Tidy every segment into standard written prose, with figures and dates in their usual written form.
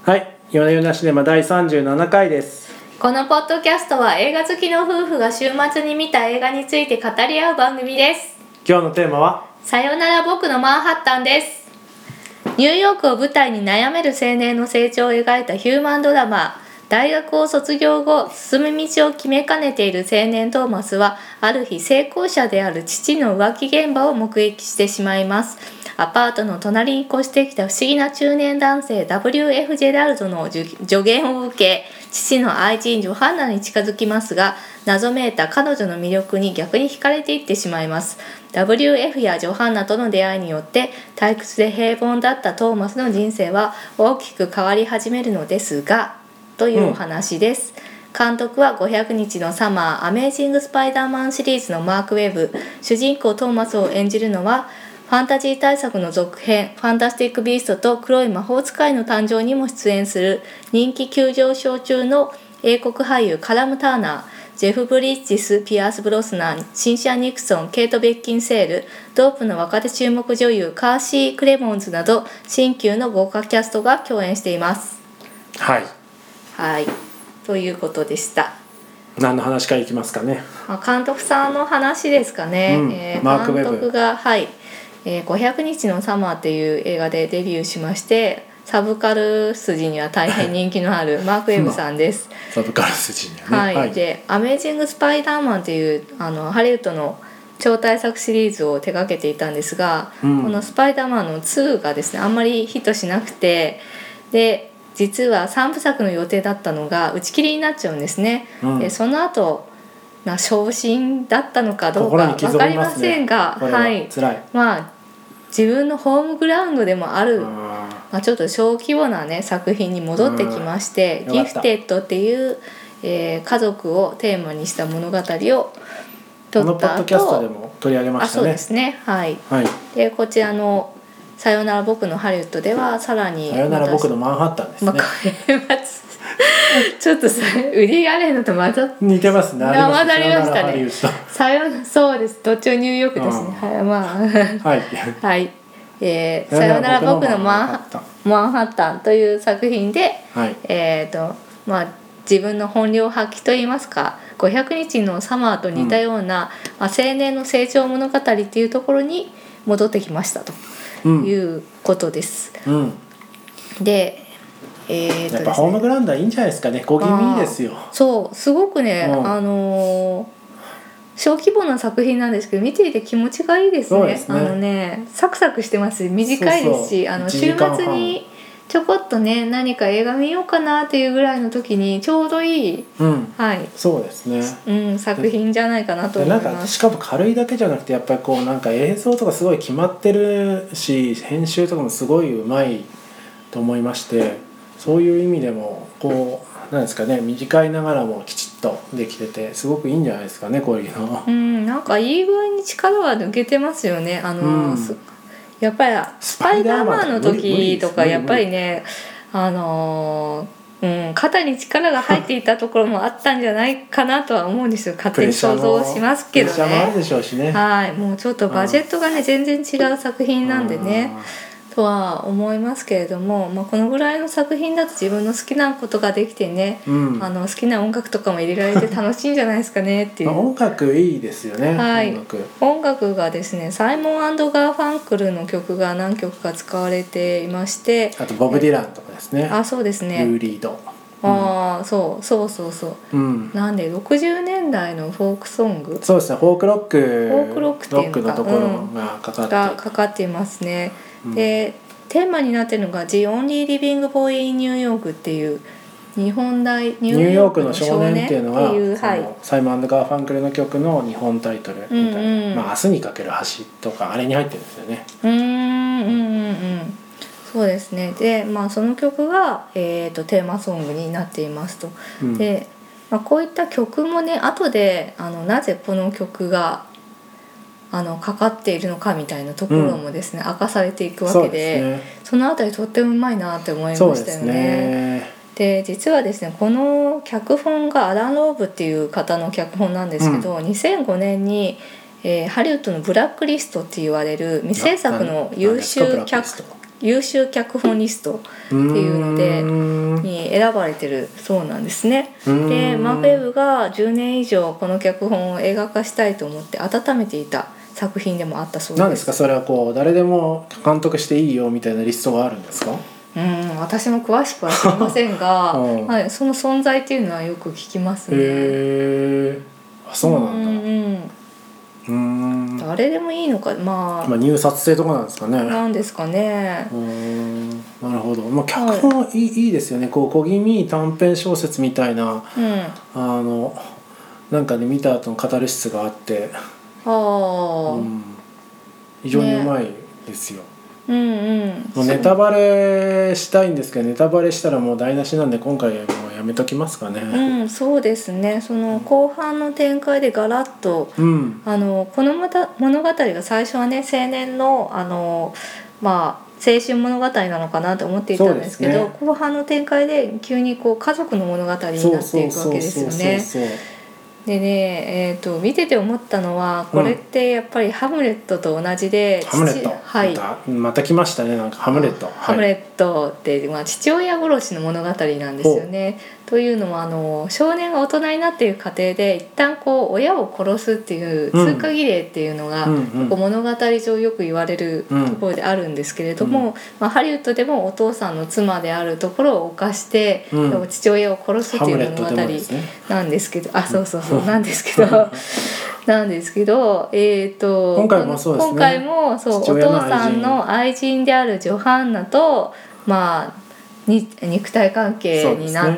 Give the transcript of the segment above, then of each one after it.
はい、夜な夜なシネマ第37回です。 このポッドキャストは映画好きの夫婦が週末に見た映画について語り合う番組です。 今日のテーマはさよなら僕のマンハッタンです。ニューヨークを舞台に悩める青年の成長を描いたヒューマンドラマ。大学を卒業後、進む道を決めかねている青年トーマスは、ある日成功者である父の浮気現場を目撃してしまいます。アパートの隣に越してきた不思議な中年男性 W.F. ジェラルドの助言を受け、父の愛人ジョハンナに近づきますが、謎めいた彼女の魅力に逆に惹かれていってしまいます。 W.F. やジョハンナとの出会いによって退屈で平凡だったトーマスの人生は大きく変わり始めるのですが、というお話です。監督は500日のサマー、アメージングスパイダーマンシリーズのマーク・ウェブ。主人公トーマスを演じるのはファンタジー大作の続編ファンタスティック・ビーストと黒い魔法使いの誕生にも出演する人気急上昇中の英国俳優カラム・ターナー、ジェフ・ブリッジス、ピアース・ブロスナン、シンシア・ニクソン、ケイト・ベッキンセール、ドープの若手注目女優カーシー・クレモンズなど新旧の豪華キャストが共演しています。はい、ということでした。 何の話からいきますかね。 監督さんの話ですかね。 マーク・ウェブ。 監督が、500日のサマーっていう映画でデビューしまして、サブカル筋には大変人気のあるマーク・ウェブさんです。 サブカル筋にはね。 で、アメージング・スパイダーマンっていうハリウッドの超大作シリーズを手掛けていたんですが、このスパイダーマンの2がですね、あんまりヒットしなくて、で実は3部作の予定だったのが打ち切りになっちゃうんですね。でその後昇進だったのかどうか分かりませんが、自分のホームグラウンドでもあるちょっと小規模な、作品に戻ってきまして、ギフテッドっていう、家族をテーマにした物語を撮った後、 このポッドキャストでも取り上げましたね。 そうですね。でこちらのさよなら僕のハリウッドではさらにさよなら僕のマンハッタンですね。 ちょっと売りあれのとまた似てますね。 混ざりましたね。そうです。どっちもニューヨークですね。さよなら僕のマンハッタンという作品で、自分の本領発揮といいますか、500日のサマーと似たような、青年の成長物語っていうところに戻ってきましたということです。で、 やっぱホームグラウンドはいいんじゃないですかね。小気味いいですよ。 そうすごくね、小規模な作品なんですけど見ていて気持ちがいいですね。サクサクしてますし短いですし、週末にちょこっとね何か映画見ようかなっていうぐらいの時にちょうどいい、 そうですね、 作品じゃないかなと思います。 しかも軽いだけじゃなくてやっぱりこうなんか映像とかすごい決まってるし編集とかもすごいうまいと思いまして、そういう意味でもこうなんですかね、短いながらもきちっとできててすごくいいんじゃないですかね、こういうの。 なんかいい具合に力は抜けてますよね。やっぱりスパイダーマンの時とかやっぱりね、肩に力が入っていたところもあったんじゃないかなとは思うんですよ。勝手に想像しますけどね。 プレッシャーもあるでしょうしね。 もうちょっとバジェットがね、全然違う作品なんでね。とは思いますけれども、このぐらいの作品だと自分の好きなことができてね、好きな音楽とかも入れられて楽しいんじゃないですかねっていう。 音楽いいですよね。 音楽がですね、サイモン&ガーファンクルの曲が何曲か使われていまして、 あとボブ・ディランとかですね。 そうですね。 ルー・リード。 そう、なんで60年代のフォークソング、 そうですね、フォークロックっていうのか、 のところがかかっていますね。でテーマになっているのが The Only Living Boy in New York っていうニューヨークの少年っていうのはサイモン&ガーファンクルの曲の日本タイトルみたいな、明日にかける橋とかあれに入ってるんですよね。 そうですね。で、その曲が、テーマソングになっていますと。で、こういった曲もね、後でなぜこの曲がかかっているのかみたいなところもですね、明かされていくわけで、そのあたりとってもうまいなって思いましたよね。で実はですね、この脚本がアラン・ローブっていう方の脚本なんですけど、2005年に、ハリウッドのブラックリストって言われる未制作の優秀脚本リストっていうので、 に選ばれてるそうなんですね。でマーク・ウェブが10年以上この脚本を映画化したいと思って温めていた作品でもあったそうです。 何ですかそれはこう誰でも監督していいよみたいなリストがあるんですか？ 私も詳しくは知りませんが、はい、その存在っていうのはよく聞きますね。 へえ、あ、そうなんだ。 誰でもいいのか、まあ入札制とかなんですかね。 なんですかね。 なるほど。脚本はいいですよね。こう小気味短編小説みたいな、なんかね見た後のカタルシスがあって、非常にうまいですよ。もうネタバレしたいんですけど、ネタバレしたらもう台無しなんで今回はもうやめときますかね。 そうですね。その後半の展開でガラッと、この物語が最初はね青年の青春物語なのかなと思っていたんですけど、後半の展開で急にこう家族の物語になっていくわけですよね。でね、見てて思ったのはこれってやっぱりハムレットと同じで、 ハムレット、また来ましたね、なんかハムレット。 ハムレットって、父親殺しの物語なんですよね。というのも少年が大人になっている過程で一旦こう親を殺すっていう通過儀礼っていうのが、物語上よく言われるところであるんですけれども、ハリウッドでもお父さんの妻であるところを犯して、父親を殺すっていう物語なんですけど、なんですけど今回もそうですね。今回もそう、お父さんの愛人であるジョハンナと肉体関係になって、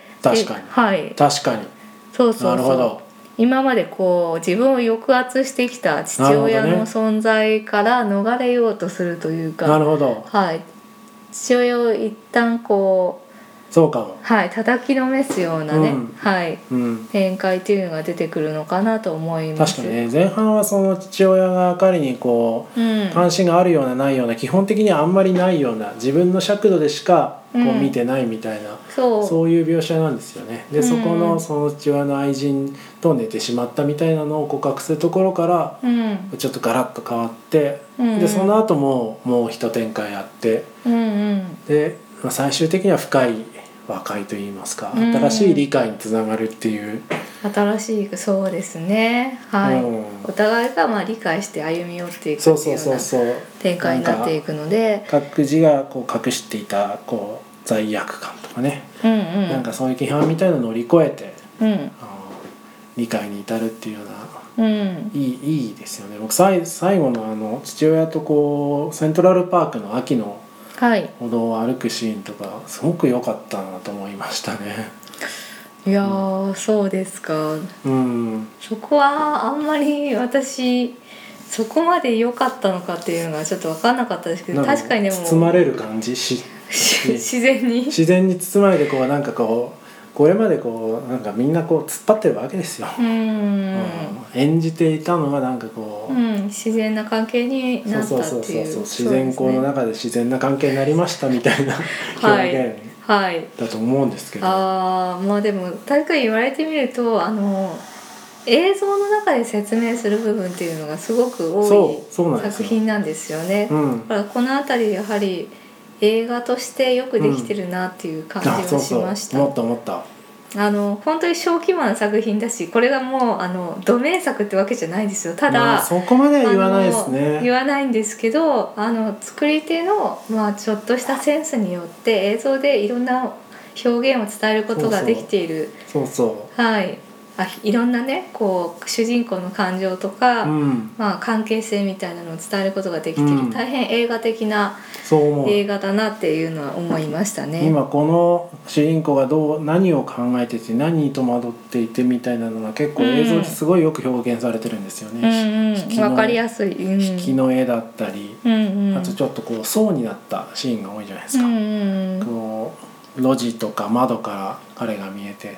確かに、確かに、なるほど。 今までこう自分を抑圧してきた父親の存在から逃れようとするというか、 なるほど、 父親を一旦こうそうかも、 叩きのめすようなね、展開っていうのが出てくるのかなと思います。 確かにね、前半はその父親が彼にこう、関心があるようなないような、基本的にはあんまりないような、自分の尺度でしかこう見てないみたいな、そういう描写なんですよね。でそこのその父親の愛人と寝てしまったみたいなのを告白するところから、ちょっとガラッと変わって、でその後もう一展開あって、で最終的には深い和解といいますか、新しい理解につながるっていう、 新しい、そうですね、お互いが理解して歩み寄っていくっていうような展開になっていくので、 各自がこう隠していたこう罪悪感とかね、なんかそういう批判みたいなのを乗り越えて、理解に至るっていうような、いいですよね。僕最後の父親とこうセントラルパークの秋の歩道を歩くシーンとかすごく良かったなと思いましたね。 いやそうですか。そこはあんまり私そこまで良かったのかっていうのがちょっと分かんなかったですけど、確かにでも包まれる感じ自然に包まれてこうなんかこれまでこうなんかみんなこう突っ張ってるわけですよ。演じていたのがなんかこう、 自然な関係になったっていう、 自然光の中で自然な関係になりましたみたいな表現だと思うんですけど、 でも確かに言われてみると映像の中で説明する部分っていうのがすごく多い作品なんですよね。だからこの辺りやはり映画としてよくできてるなっていう感じはしました。 思った本当に小規模な作品だし、これがもう土名作ってわけじゃないんですよ。ただ、 そこまでは言わないですね。 言わないんですけど、作り手のちょっとしたセンスによって映像でいろんな表現を伝えることができている。いろんなねこう主人公の感情とか、関係性みたいなのを伝えることができている、大変映画的な映画だなっていうのは思いましたね。 今この主人公が何を考えてて何に戸惑っていてみたいなのが結構映像ですごいよく表現されてるんですよね。 わかりやすい、 引きの絵だったり、あとちょっとこう層になったシーンが多いじゃないですか。こう路地とか窓から彼が見えて。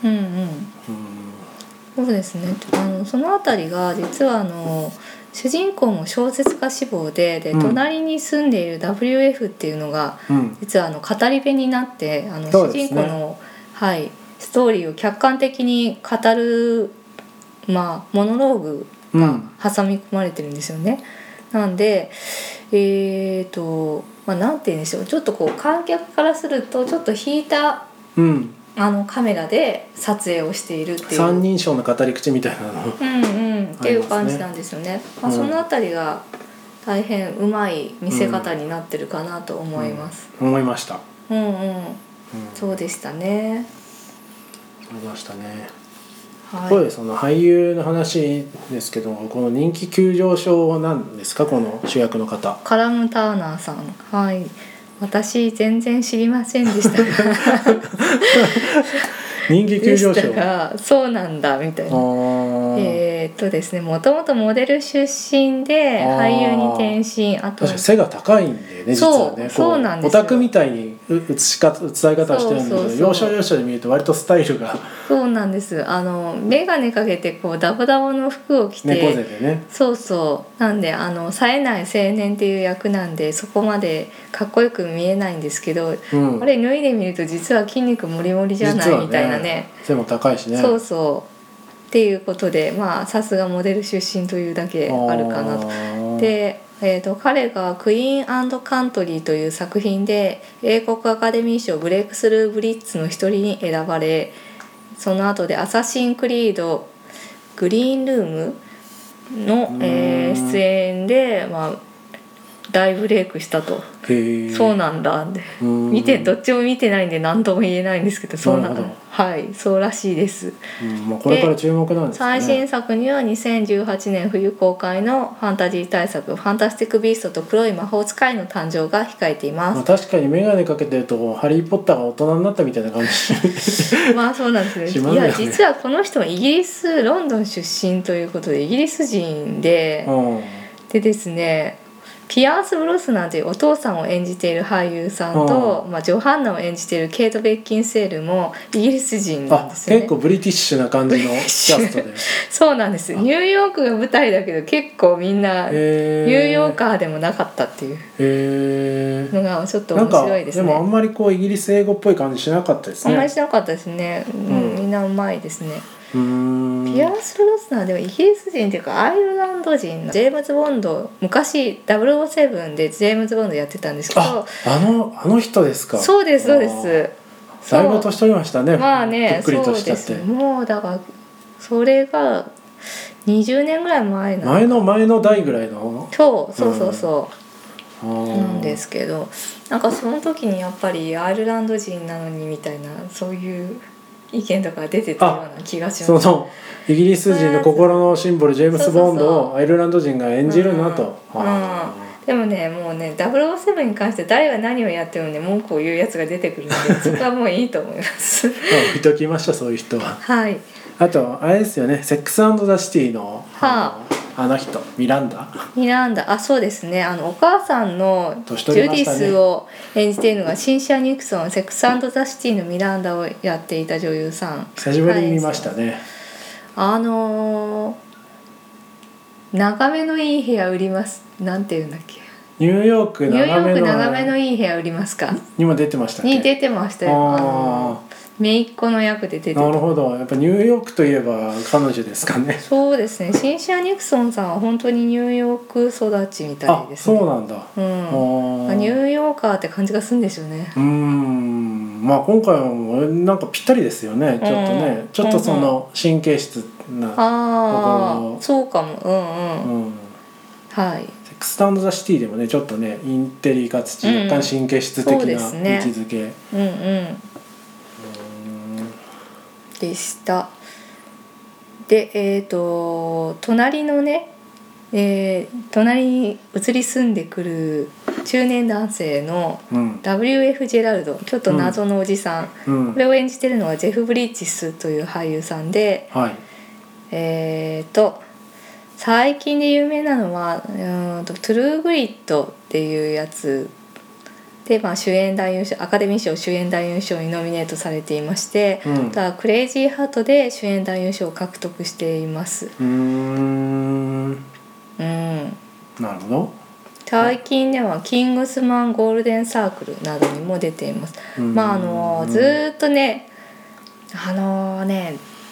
そうですね。そのあたりが実は主人公も小説家志望で、隣に住んでいる WF っていうのが、実は語り部になって主人公の、ストーリーを客観的に語る、モノローグが挟み込まれてるんですよね。なんでなんて言うんでしょう、ちょっとこう観客からするとちょっと引いたうんカメラで撮影をしているっていう三人称の語り口みたいなのっていう感じなんですよね。そのあたりが大変うまい見せ方になってるかなと思います。 思いました。 そうでしたね。 思いましたね。 はい、 これその俳優の話ですけど、この人気急上昇は何ですか、この主役の方。 カラム・ターナーさん。はい。私全然知りませんでしたが人気急上昇。 でしたが、そうなんだみたいな。ですね、もともとモデル出身で俳優に転身、あと確かに背が高いんでね、実はね。 そうなんですよ。 オタクみたいに映り方してるんだけど、要所要所で見ると割とスタイルが。 そうなんです。眼鏡かけてこうダボダボの服を着て、 猫背でね。 そうなんで冴えない青年っていう役なんで、そこまでかっこよく見えないんですけど、あれ脱いでみると実は筋肉もりもりじゃない、みたいなね。 背も高いしね。 っていうことで、さすがモデル出身というだけあるかなと。で、彼がクイーン&カントリーという作品で英国アカデミー賞ブレイクスルーブリッツの一人に選ばれ、その後でアサシンクリードグリーンルームの、出演で、大ブレイクしたと。そうなんだってどっちも見てないんで何とも言えないんですけど、そうらしいです。 これから注目なんですね。 最新作には2018年冬公開のファンタジー大作「ファンタスティック・ビーストと黒い魔法使い」の誕生が控えています。 確かに眼鏡かけてるとハリー・ポッターが大人になったみたいな感じそうなんですね。いや実はこの人はイギリスロンドン出身ということでイギリス人で、でですね、ピアース・ブロスナンというお父さんを演じている俳優さんと、ジョハンナを演じているケイト・ベッキンセールもイギリス人なんですよね。 結構ブリティッシュな感じのキャストでそうなんです。ニューヨークが舞台だけど結構みんなニューヨーカーでもなかったっていうのがちょっと面白いですね。 でもあんまりこうイギリス英語っぽい感じしなかったですね。 あんまりしなかったですね。みんなうまいですね。ピアース・ブロスナーではイギリス人っていうかアイルランド人のジェームズ・ボンド、昔007でジェームズ・ボンドやってたんですけど、 あの人ですか。 そうですそうです。 だいぶ年取りましたね。 ね、 ぷっくりとしちゃって。 もうだからそれが20年ぐらい前の代ぐらいの。 そうなんですけど、なんかその時にやっぱりアイルランド人なのにみたいな、そういう意見とか出てたような気がします。 そのイギリス人の心のシンボルジェームス・ボンドをアイルランド人が演じるなと。 でもね、もうね007に関して誰が何をやってもね文句を言うやつが出てくるんでそこはもういいと思います置いときました、そういう人は。 はい。 あとあれですよね、セックス&ザ・シティのあの人ミランダ、 そうですね、お母さんのジュディスを演じているのがシンシア・ニクソン、セックス&ザ・シティのミランダをやっていた女優さん。 久しぶりに見ましたね。 眺めのいい部屋売ります。なんていうんだっけ。 ニューヨーク眺めのいい部屋売りますか。 にも出てましたっけ。 に出てましたよ。姪っ子の役で出てた。 なるほど、やっぱニューヨークといえば彼女ですかね。 そうですね、シンシア・ニクソンさんは本当にニューヨーク育ちみたいですね。 そうなんだ。 ニューヨーカーって感じがするんですよね。 今回もなんかぴったりですよね。ちょっとね、ちょっとその神経質なところ。 そうかも。はい。 セックス&ザ・シティでもね、ちょっとねインテリかつ若干神経質的な位置づけ。 でした。で、隣のね、隣に移り住んでくる中年男性の W.F. ジェラルド、ちょっと謎のおじさん、これを演じてるのはジェフ・ブリッジスという俳優さんで、最近で有名なのはトゥルー・グリッドっていうやつで、主演男優賞、アカデミー賞主演男優賞にノミネートされていまして、クレイジーハートで主演男優賞を獲得しています。 なるほど。 最近ではキングスマンゴールデンサークルなどにも出ています。ずっとね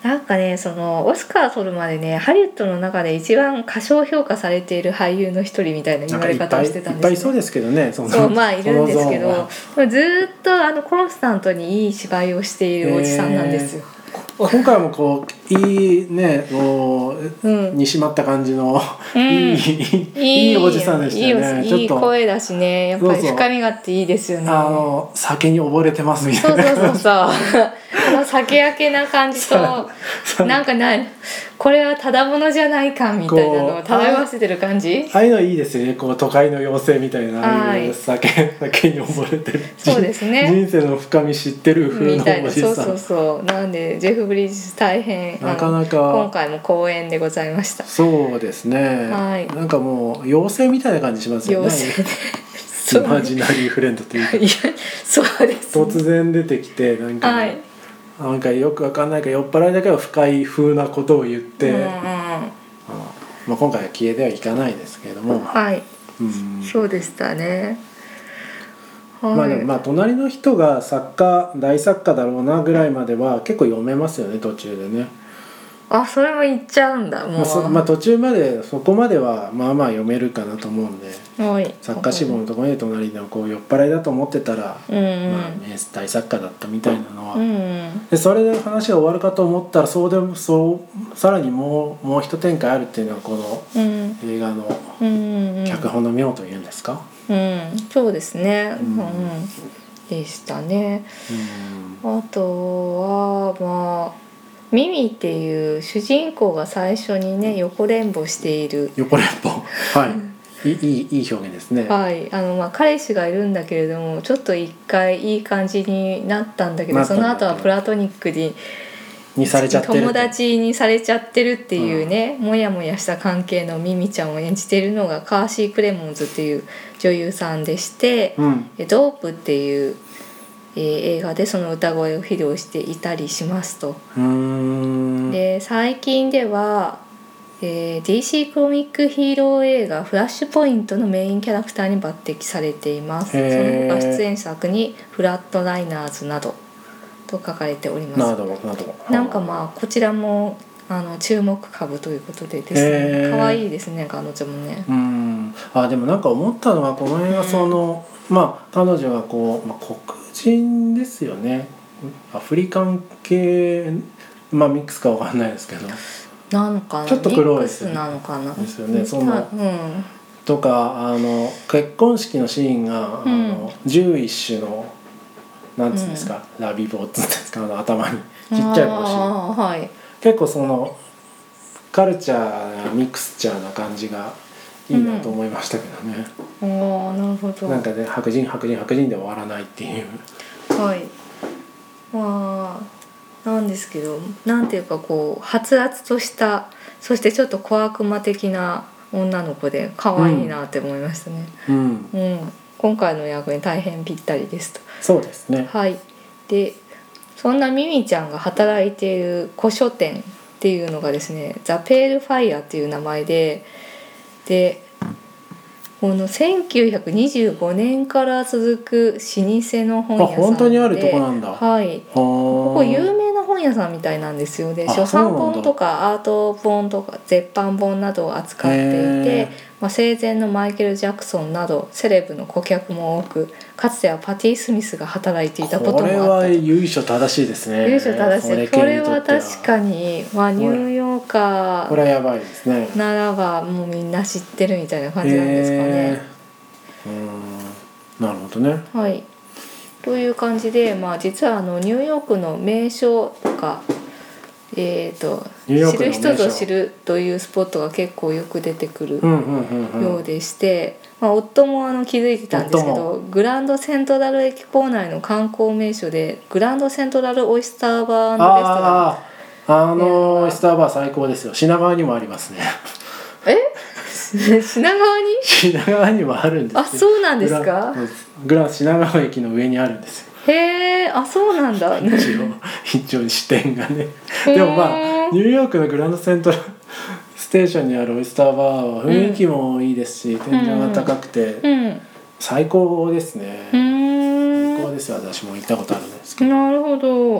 なんかね、そのオスカー取るまでね、ハリウッドの中で一番過小評価されている俳優の一人みたいな言われ方をしてたんですね。 いっぱいそうですけどね。 そうまあいるんですけど、ずーっとコンスタントにいい芝居をしているおじさんなんですよ。 今回もこういいね、こう、にしまった感じの、いいおじさんでしたよね。 いい声だしね、やっぱり深みがあっていいですよね。 酒に溺れてますみたいな。 そう酒焼けな感じとなんかこれはただものじゃないかみたいなのを漂わせてる感じ。 ああいうのいいですよね。こう都会の妖精みたいな、ああいう酒に溺れてる。 そうですね。 人生の深み知ってる風のおじさん。 そうなんでジェフ・ブリッジス大変なかなか今回も公演でございました。 そうですね。なんかもう妖精みたいな感じしますよね。イマジナリーフレンドというか。 そうです。 突然出てきてなんかよくわかんないけど酔っ払いだけど深い風なことを言って、今回は消えてはいかないですけれども、 そうでしたね。 でも隣の人が大作家だろうなぐらいまでは結構読めますよね、途中でね。 あ、それも言っちゃうんだ。もう途中までそこまではまあまあ読めるかなと思うんで、作家志望のところで隣のこう酔っ払いだと思ってたら、大作家だったみたいなのは、でそれで話が終わるかと思ったらさらにもう一展開あるっていうのはこの映画の脚本の妙というんですか。 そうですね。でしたね。あとはミミっていう主人公が最初にね横連母している。 横連母、いい表現ですね。 彼氏がいるんだけれどもちょっと一回いい感じになったんだけど、その後はプラトニックにされちゃってる、友達にされちゃってるっていうね、もやもやした関係のミミちゃんを演じているのがカーシー・クレモンズっていう女優さんでして、ドープっていう映画でその歌声を披露していたりしますと。で最近では、DC コミックヒーロー映画「フラッシュポイント」のメインキャラクターに抜擢されています。その他出演作に「フラットライナーズ」などと書かれております。なんかこちらも注目株ということでですね、可愛いですね、彼女もね。 でもなんか思ったのはこの映画彼女がこう、黒人ですよね。アフリカン系ミックスかわかんないですけど、 なのかな、 ちょっと黒いミックスなのかなですよね。とか結婚式のシーンが11種のなんつうんですか、ラビボーっつうんですか、頭にちっちゃい帽子、結構そのカルチャーミクスチャーな感じがいいなと思いましたけどね。 なるほど。 なんかね、白人で終わらないっていう。 なんですけど、なんていうかこうはつらつとしたそしてちょっと小悪魔的な女の子で可愛いなって思いましたね。今回の役に大変ぴったりですと。 そうですね。 でそんなミミちゃんが働いている古書店っていうのがですね、ザ・ペール・ファイアっていう名前でこの1925年から続く老舗の本屋さんで、 本当にあるとこなんだ。 ここ有名な本屋さんみたいなんですよ。で初版本とかアート本とか絶版本などを扱っていて、生前のマイケル・ジャクソンなどセレブの顧客も多く、かつてはパティ・スミスが働いていたこともあったと。 これは由緒正しいですね。 由緒正しい。これは確かに、ニューヨーカーこれはやばいですね。 ならばもうみんな知ってるみたいな感じなんですかね。 なるほどね。 という感じで、実はニューヨークの名所とか、知る人ぞ知るというスポットが結構よく出てくるようでして、夫も気づいてたんですけど、グランドセントラル駅構内の観光名所でグランドセントラルオイスターバー&レストラン、 オイスターバー最高ですよ。品川にもありますね。品川にもあるんですよ。 そうなんですか。 品川駅の上にあるんですよ。 そうなんだ。 一応支店がね。でもニューヨークのグランドセントラルステーションにあるオイスターバーは雰囲気もいいですし、天井が高くて最高ですね。最高ですよ。私も行ったことあるんですけど。 なるほど。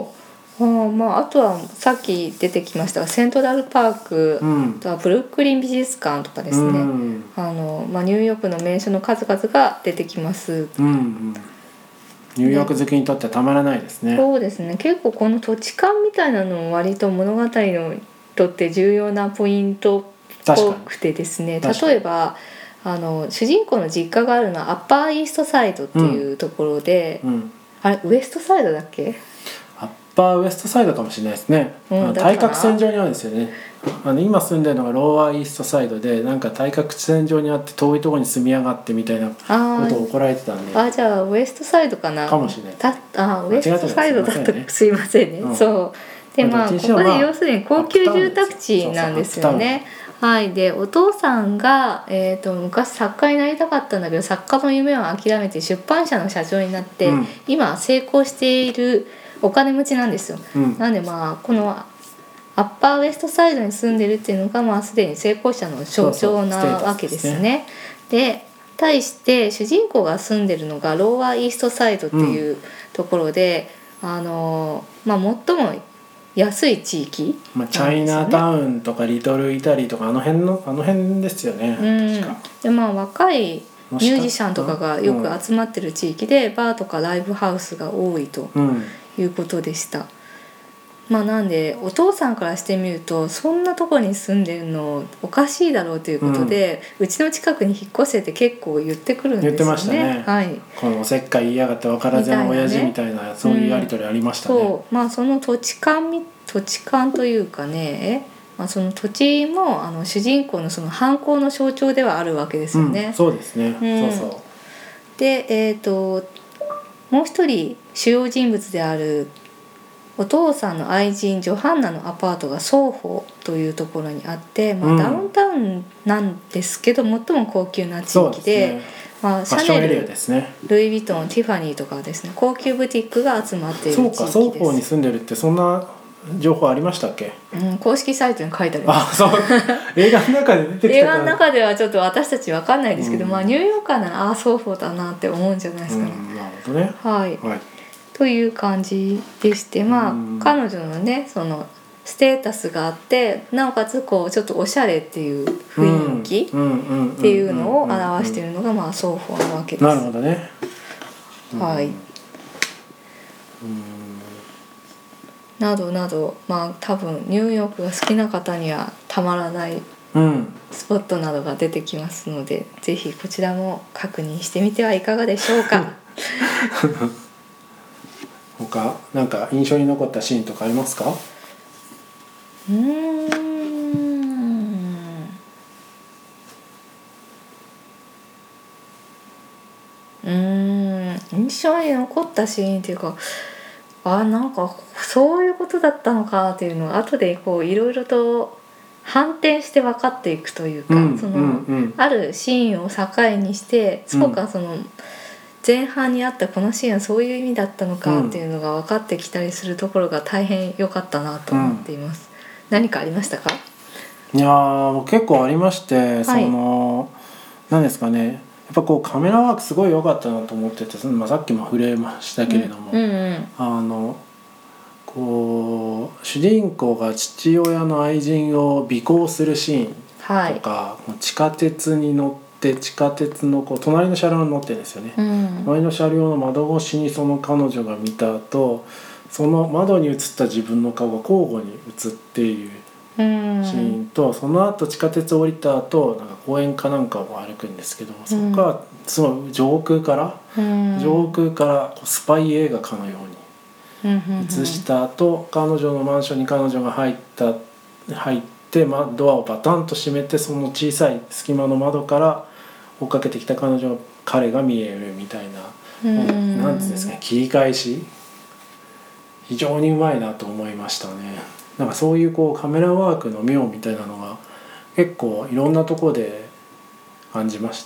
あとはさっき出てきましたがセントラルパーク、あとはブルックリン美術館とかですね、ニューヨークの名所の数々が出てきます。 ニューヨーク好きにとってはたまらないですね。 そうですね。結構この土地勘みたいなのも割と物語のとって重要なポイントっぽくてですね、例えば主人公の実家があるのはアッパーイーストサイドっていうところで、あれウエストサイドだっけ？ アッパーウエストサイドかもしれないですね。対角線上にあるんですよね。今住んでるのがローアーイーストサイドで、なんか対角線上にあって遠いところに住み上がってみたいなことを怒られてたんで、 じゃあウエストサイドかな、 かもしれない。 ウエストサイドだったらすいませんね。そうで、ここで要するに高級住宅地なんですよね。はい、でお父さんが、昔作家になりたかったんだけど作家の夢を諦めて出版社の社長になって、今成功しているお金持ちなんですよ。なんでこのアッパーウエストサイドに住んでるっていうのがすでに成功者の象徴なわけですね。で対して主人公が住んでるのがローアーイーストサイドっていうところで、最も安い地域なんですよね。 チャイナタウンとかリトルイタリーとかあの辺ですよね。確かで若いミュージシャンとかがよく集まってる地域で、バーとかライブハウスが多いということでした。なんでお父さんからしてみるとそんなとこに住んでるのおかしいだろうということで、うちの近くに引っ越せって結構言ってくるんですよね。 言ってましたね。 はい、 このおせっかい言いやがって分からずの親父みたいな、そういうやり取りありましたね。 その土地勘というかね、その土地も主人公のその反抗の象徴ではあるわけですよね。 そうですね。 でもう一人主要人物であるお父さんの愛人ジョハンナのアパートがソーホーというところにあって、ダウンタウンなんですけど最も高級な地域で、シャネル、ルイ・ヴィトン、ティファニーとかですね、高級ブティックが集まっている地域です。 そうか、ソーホーに住んでるってそんな情報ありましたっけ？ 公式サイトに書いてあります。 そう映画の中で出てきた映画の中ではちょっと私たち分かんないですけど、ニューヨーカーならソーホーだなって思うんじゃないですかね。 なるほどね。 はい、という感じでして、彼女のねそのステータスがあってなおかつちょっとおしゃれっていう雰囲気っていうのを表しているのがソーホーなわけです。 なるほどね。 はい。などなど多分ニューヨークが好きな方にはたまらないスポットなどが出てきますので、ぜひこちらも確認してみてはいかがでしょうか。 他なんか印象に残ったシーンとかありますか？ 印象に残ったシーンっていうか、なんかそういうことだったのかっていうのを後でいろいろと反転して分かっていくというか、あるシーンを境にして、そうかその前半にあったこのシーンはそういう意味だったのかっていうのが分かってきたりするところが大変良かったなと思っています。何かありましたか？ いや結構ありまして、何ですかね、やっぱカメラワークすごい良かったなと思ってて、さっきも触れましたけれども、主人公が父親の愛人を尾行するシーンとか、地下鉄に乗って地下鉄の隣の車両に乗ってるんですよね。隣の車両の窓越しにその彼女が見た後、その窓に映った自分の顔が交互に映っているシーンと、その後地下鉄を降りた後なんか公園かなんかを歩くんですけど、そこからすごい上空からスパイ映画かのように映した後、彼女のマンションに彼女が入ってドアをバタンと閉めて、その小さい隙間の窓から追っかけてきた彼が見えるみたいな、なんていうんですかね、切り返し非常にうまいなと思いましたね。なんかそういうカメラワークの妙みたいなのが結構いろんなところで感じまして。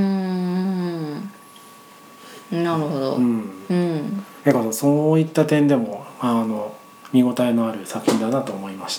なるほど。 結構そういった点でも見応えのある作品だなと思いました。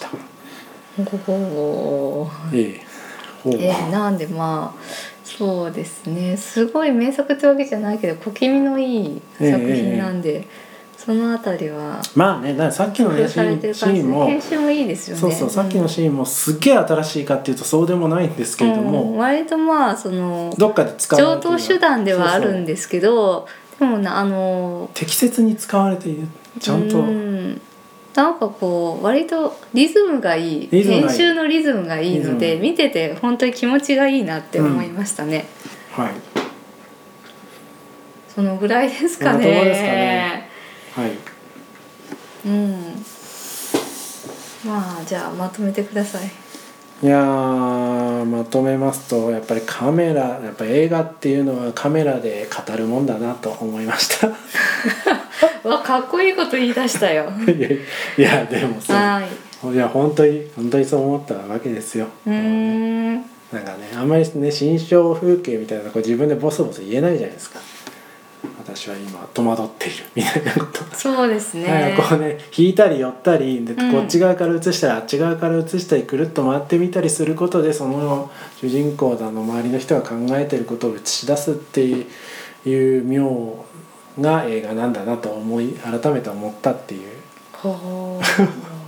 なんでそうですね、すごい名作ってわけじゃないけど小気味のいい作品なんで、 そのあたりはまあね、だからさっきのねシされてる感じでーンも編集もいいですよね。 そうそう、さっきのシーンもすっげえ新しいかっていうとそうでもないんですけれども、 割とまあそのどっかで使われている常套手段ではあるんですけど、でもな適切に使われている、ちゃんと、 なんかこう割とリズムがいい、編集のリズムがいいので見てて本当に気持ちがいいなって思いましたね。 はい。 そのぐらいですかね。 どこですかね。はい。 まあじゃあまとめてください。 いやまとめますと、やっぱりやっぱ映画っていうのはカメラで語るもんだなと思いました。 わ、かっこいいこと言い出したよ。 いやでもさ、いや本当にそう思ったわけですよ。なんかね、あんまりね心象風景みたいなこう自分でボソボソ言えないじゃないですか。私は今戸惑っているみたいなこと。 そうですね。 なんかこうね、引いたり寄ったりで、こっち側から映したりあっち側から映したりくるっと回ってみたりすることで、その主人公だの周りの人が考えていることを映し出すっていう妙な映画なんだなと改めて思ったっていう。 ほう。きっ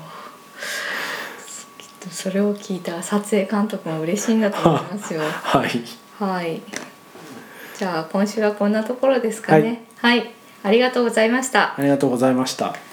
とそれを聞いた撮影監督も嬉しいんだと思いますよ。 はい。 はい。じゃあ今週はこんなところですかね。はい、ありがとうございました。 ありがとうございました。